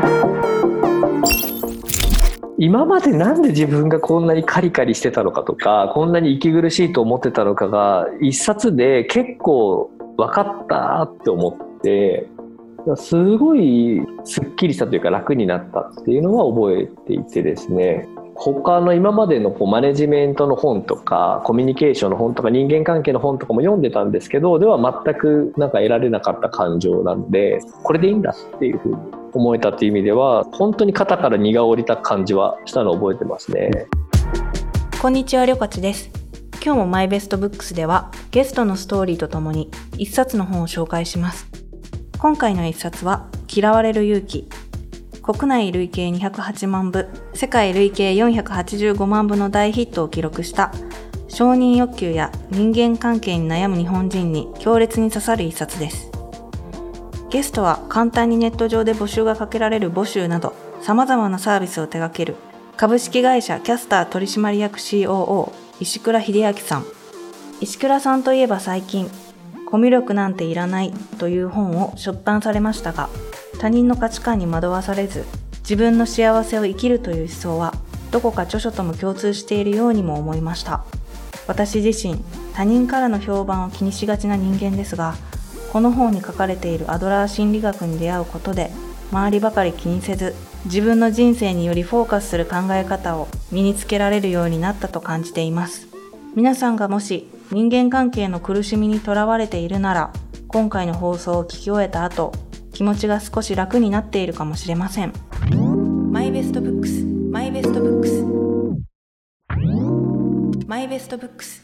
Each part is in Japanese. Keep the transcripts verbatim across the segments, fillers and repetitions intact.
今までなんで自分がこんなにカリカリしてたのかとか、こんなに息苦しいと思ってたのかが一冊で結構分かったって思って、すごいすっきりしたというか楽になったっていうのは覚えていてですね、他の今までのこうマネジメントの本とかコミュニケーションの本とか人間関係の本とかも読んでたんですけど、では全くなんか得られなかった感情なので、これでいいんだっていうふうに思えたという意味では、本当に肩から荷が下りた感じはしたのを覚えてますね。 こんにちは、りょかちです。今日もマイベストブックスではゲストのストーリーとともに一冊の本を紹介します。今回の一冊は嫌われる勇気。国内累計にひゃくはちまんぶ、世界累計よんひゃくはちじゅうごまんぶの大ヒットを記録した承認欲求や人間関係に悩む日本人に強烈に刺さる一冊です。ゲストは簡単にネット上で募集がかけられる募集など様々なサービスを手掛ける株式会社キャスター取締役 シーオーオー 石倉秀明さん。石倉さんといえば最近コミュ力なんていらないという本を出版されましたが、他人の価値観に惑わされず自分の幸せを生きるという思想はどこか著書とも共通しているようにも思いました。私自身他人からの評判を気にしがちな人間ですが、この本に書かれているアドラー心理学に出会うことで周りばかり気にせず自分の人生によりフォーカスする考え方を身につけられるようになったと感じています。皆さんがもし人間関係の苦しみにとらわれているなら、今回の放送を聞き終えた後、気持ちが少し楽になっているかもしれません。マイベストブックス、マイベストブックス、マイベストブックス。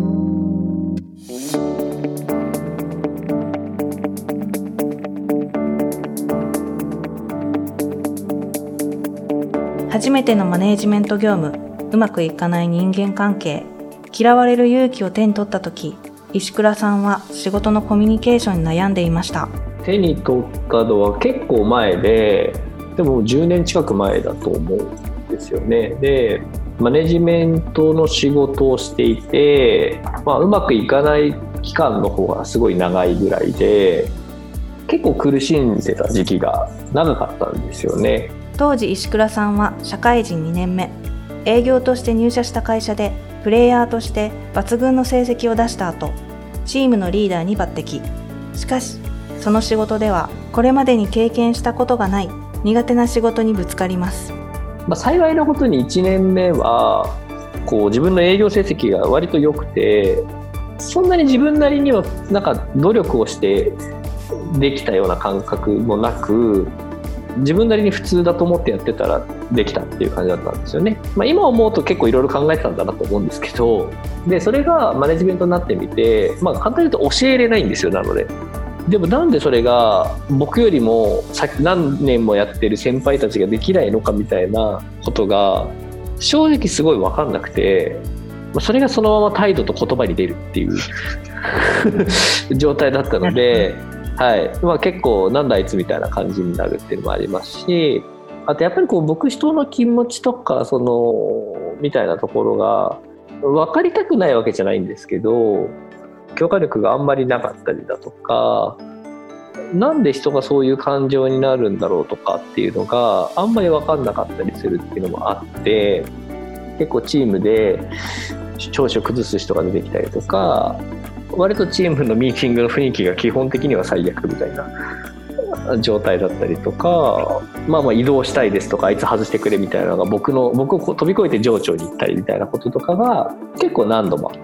初めてのマネージメント業務、うまくいかない人間関係、嫌われる勇気を手に取った時、石倉さんは仕事のコミュニケーションに悩んでいました。 手に取ったのは結構前で、でもじゅうねん近く前だと思うんですよね。で、マネジメントの仕事をしていて、まあ、うまくいかない期間の方がすごい長いぐらいで、結構苦しんでた時期が長かったんですよね。 当時石倉さんは社会人にねんめ、営業として入社した会社でプレイヤーとして抜群の成績を出した後、チームのリーダーに抜擢。しかしその仕事ではこれまでに経験したことがない苦手な仕事にぶつかります。 まあ、幸いなことにいちねんめはこう自分の営業成績が割と良くて、そんなに自分なりにはなんか努力をしてできたような感覚もなく、自分なりに普通だと思ってやってたらできたっていう感じだったんですよね。まあ、今思うと結構いろいろ考えてたんだなと思うんですけど、でそれがマネジメントになってみて、まあ、簡単に言うと教えれないんですよ。なのででもなんでそれが僕よりも先何年もやってる先輩たちができないのかみたいなことが正直すごい分かんなくて、それがそのまま態度と言葉に出るっていう状態だったので、はいまあ、結構なんだあいつみたいな感じになるっていうのもありますし、あとやっぱりこう僕人の気持ちとかそのみたいなところが分かりたくないわけじゃないんですけど、共感力があんまりなかったりだとか、なんで人がそういう感情になるんだろうとかっていうのがあんまり分かんなかったりするっていうのもあって、結構チームで調子を崩す人が出てきたりとか、割とチームのミーティングの雰囲気が基本的には最悪みたいな状態だったりとか、まあまあ移動したいですとか、あいつ外してくれみたいなのが僕の僕を飛び越えて上長に行ったりみたいなこととかが結構何度もあって、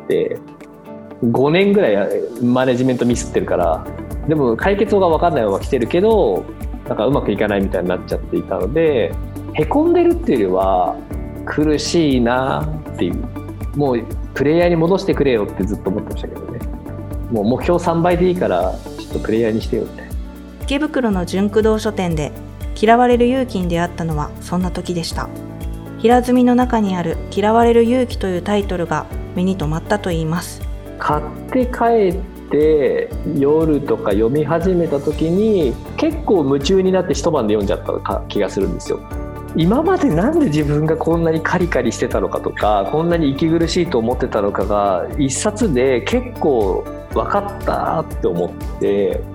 ごねんぐらいマネジメントミスってるから、でも解決法が分かんないまま来てるけどなんかうまくいかないみたいになっちゃっていたので、へこんでるっていうよりは苦しいなっていう、もうプレイヤーに戻してくれよってずっと思ってましたけどね。もう目標さんばいでいいからちょっとプレイヤーにしてよみたいな。 池袋の純駆動書店で嫌われる勇気に出会ったのはそんな時でした。平積みの中にある嫌われる勇気というタイトルが目に留まったといいます。 買って帰って夜とか読み始めた時に結構夢中になって一晩で読んじゃった気がするんですよ。今までなんで自分がこんなにカリカリしてたのかとか、こんなに息苦しいと思ってたのかが一冊で結構分かったって思って、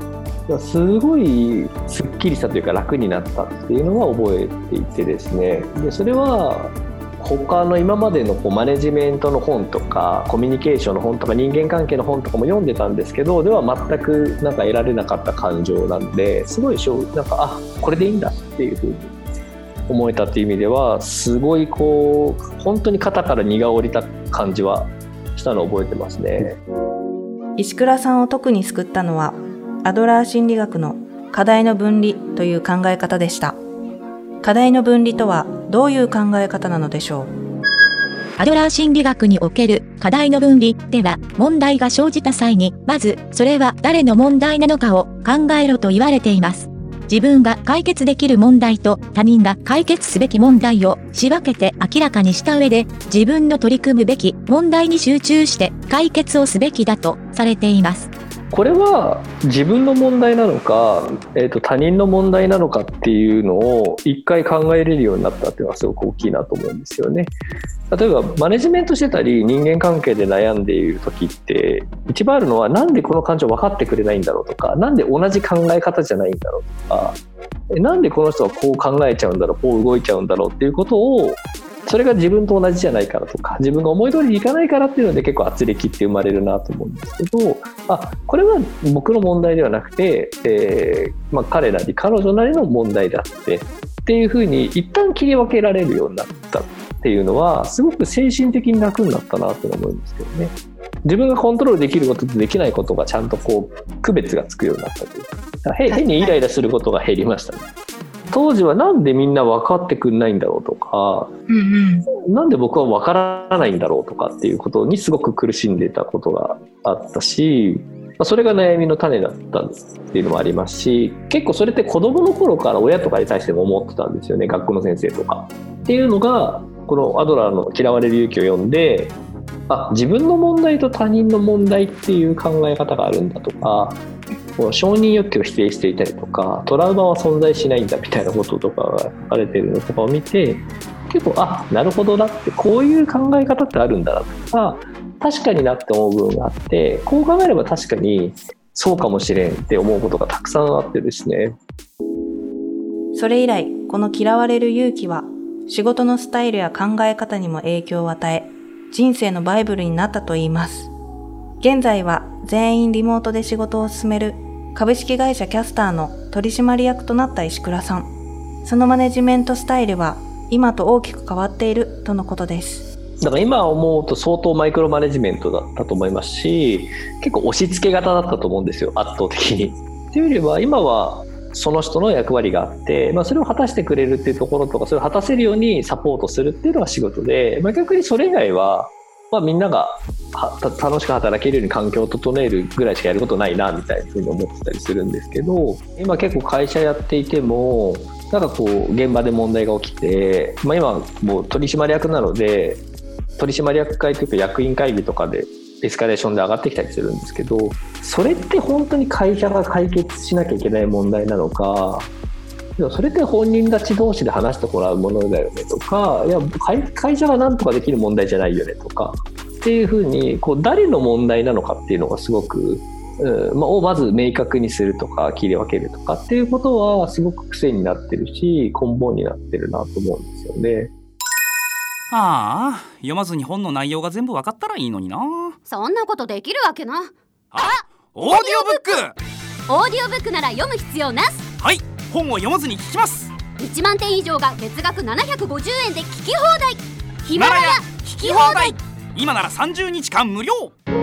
すごいすっきりしたというか楽になったっていうのは覚えていてですね、でそれは他の今までのこうマネジメントの本とかコミュニケーションの本とか人間関係の本とかも読んでたんですけど、では全くなんか得られなかった感情なんで、すごいなんかあこれでいいんだっていうふうに思えたっていう意味では、すごいこう本当に肩から荷が下りた感じはしたのを覚えてますね。 石倉さんを特に救ったのはアドラー心理学の課題の分離という考え方でした。課題の分離とはどういう考え方なのでしょう。 アドラー心理学における課題の分離では、問題が生じた際に、まずそれは誰の問題なのかを考えろと言われています。自分が解決できる問題と他人が解決すべき問題を仕分けて明らかにした上で、自分の取り組むべき問題に集中して解決をすべきだとされています。 これは自分の問題なのか、えーと、他人の問題なのかっていうのを一回考えれるようになったっていうのはすごく大きいなと思うんですよね。例えばマネジメントしてたり人間関係で悩んでいる時って一番あるのは、なんでこの感情分かってくれないんだろうとか、なんで同じ考え方じゃないんだろうとか、なんでこの人はこう考えちゃうんだろう、こう動いちゃうんだろうっていうことを、それが自分と同じじゃないからとか、自分が思い通りにいかないからっていうので結構圧力って生まれるなと思うんですけど、あこれは僕の問題ではなくて、えーまあ、彼なり彼女なりの問題だってっていうふうに一旦切り分けられるようになったっていうのは、すごく精神的に楽になったなと思うんですけどね。自分がコントロールできることとできないことがちゃんとこう区別がつくようになったというか、変にイライラすることが減りましたね。当時はなんでみんな分かってくれないんだろうとか、うんうん、なんで僕は分からないんだろうとかっていうことにすごく苦しんでいたことがあったし、それが悩みの種だったっていうのもありますし、結構それって子供の頃から親とかに対しても思ってたんですよね。学校の先生とかっていうのが、このアドラーの嫌われる勇気を読んで、あ自分の問題と他人の問題っていう考え方があるんだとか、承認欲求を否定していたりとか、トラウマは存在しないんだみたいなこととかが書かれているのとかを見て、結構あなるほどなって、こういう考え方ってあるんだなとか、確かになって思う部分があって、こう考えれば確かにそうかもしれんって思うことがたくさんあってですね。 それ以来この嫌われる勇気は仕事のスタイルや考え方にも影響を与え、人生のバイブルになったといいます。現在は全員リモートで仕事を進める株式会社キャスターの取締役となった石倉さん。そのマネジメントスタイルは今と大きく変わっているとのことです。 だから今思うと相当マイクロマネジメントだったと思いますし、結構押し付け型だったと思うんですよ、圧倒的に。というよりは今はその人の役割があって、まあ、それを果たしてくれるっていうところとか、それを果たせるようにサポートするっていうのが仕事で、まあ、逆にそれ以外はまあ、みんなが楽しく働けるように環境を整えるぐらいしかやることないなみたいなふうに思ってたりするんですけど、今結構会社やっていてもなんかこう現場で問題が起きて、まあ、今もう取締役なので取締役会というか役員会議とかでエスカレーションで上がってきたりするんですけど、それって本当に会社が解決しなきゃいけない問題なのか、でもそれって本人たち同士で話してもらうものだよねとか、いや会社が何とかできる問題じゃないよねとかっていうふうに、こう誰の問題なのかっていうのがすごく、うんまあ、をまず明確にするとか切り分けるとかっていうことはすごく癖になってるし根本になってるなと思うんですよね。 ああ、読まずに本の内容が全部分かったらいいのにな。 そんなことできるわけな。 あ、オーディオブック。 オーディオブックなら読む必要なし。 はい、本を読まずに聞きます。 いちまんてん以上が月額ななひゃくごじゅうえんで聞き放題。ヒマラヤ聞き放題。 今ならさんじゅうにちかん無料。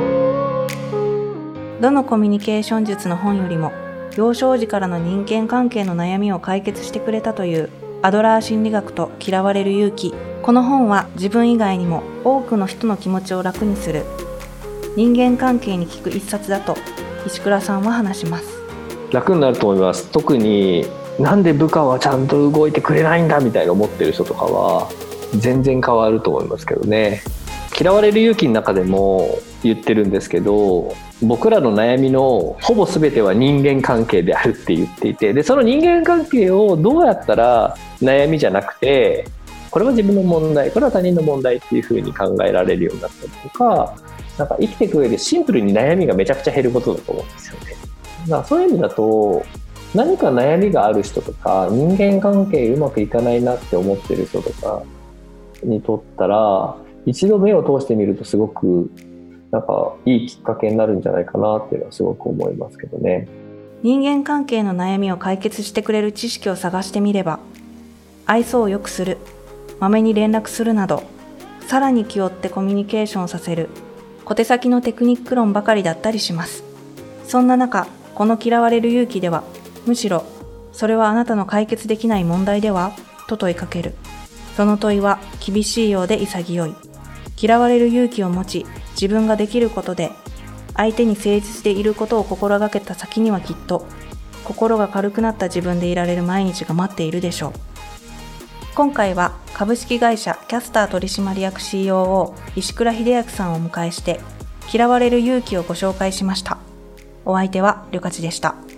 どのコミュニケーション術の本よりも幼少時からの人間関係の悩みを解決してくれたというアドラー心理学と嫌われる勇気。この本は自分以外にも多くの人の気持ちを楽にする人間関係に効く一冊だと石倉さんは話します。 楽になると思います。特になんで部下はちゃんと動いてくれないんだみたいな思ってる人とかは全然変わると思いますけどね。嫌われる勇気の中でも言ってるんですけど、僕らの悩みのほぼ全ては人間関係であるって言っていて、でその人間関係をどうやったら悩みじゃなくて、これは自分の問題、これは他人の問題っていう風に考えられるようになったりとか、なんか生きていく上でシンプルに悩みがめちゃくちゃ減ることだと思うんですよね。 だからそういう意味だと、何か悩みがある人とか、人間関係うまくいかないなって思ってる人とかにとったら、一度目を通してみるとすごくなんかいいきっかけになるんじゃないかなっていうのはすごく思いますけどね。 人間関係の悩みを解決してくれる知識を探してみれば、愛想を良くする、まめに連絡するなど、さらに気負ってコミュニケーションさせる小手先のテクニック論ばかりだったりします。そんな中、この嫌われる勇気では、むしろそれはあなたの解決できない問題ではと問いかける。その問いは厳しいようで潔い。嫌われる勇気を持ち、自分ができることで相手に誠実でいることを心がけた先には、きっと心が軽くなった自分でいられる毎日が待っているでしょう。今回は株式会社キャスター取締役 シーオーオー 石倉秀明さんをお迎えして、嫌われる勇気をご紹介しました。お相手はりょかちでした。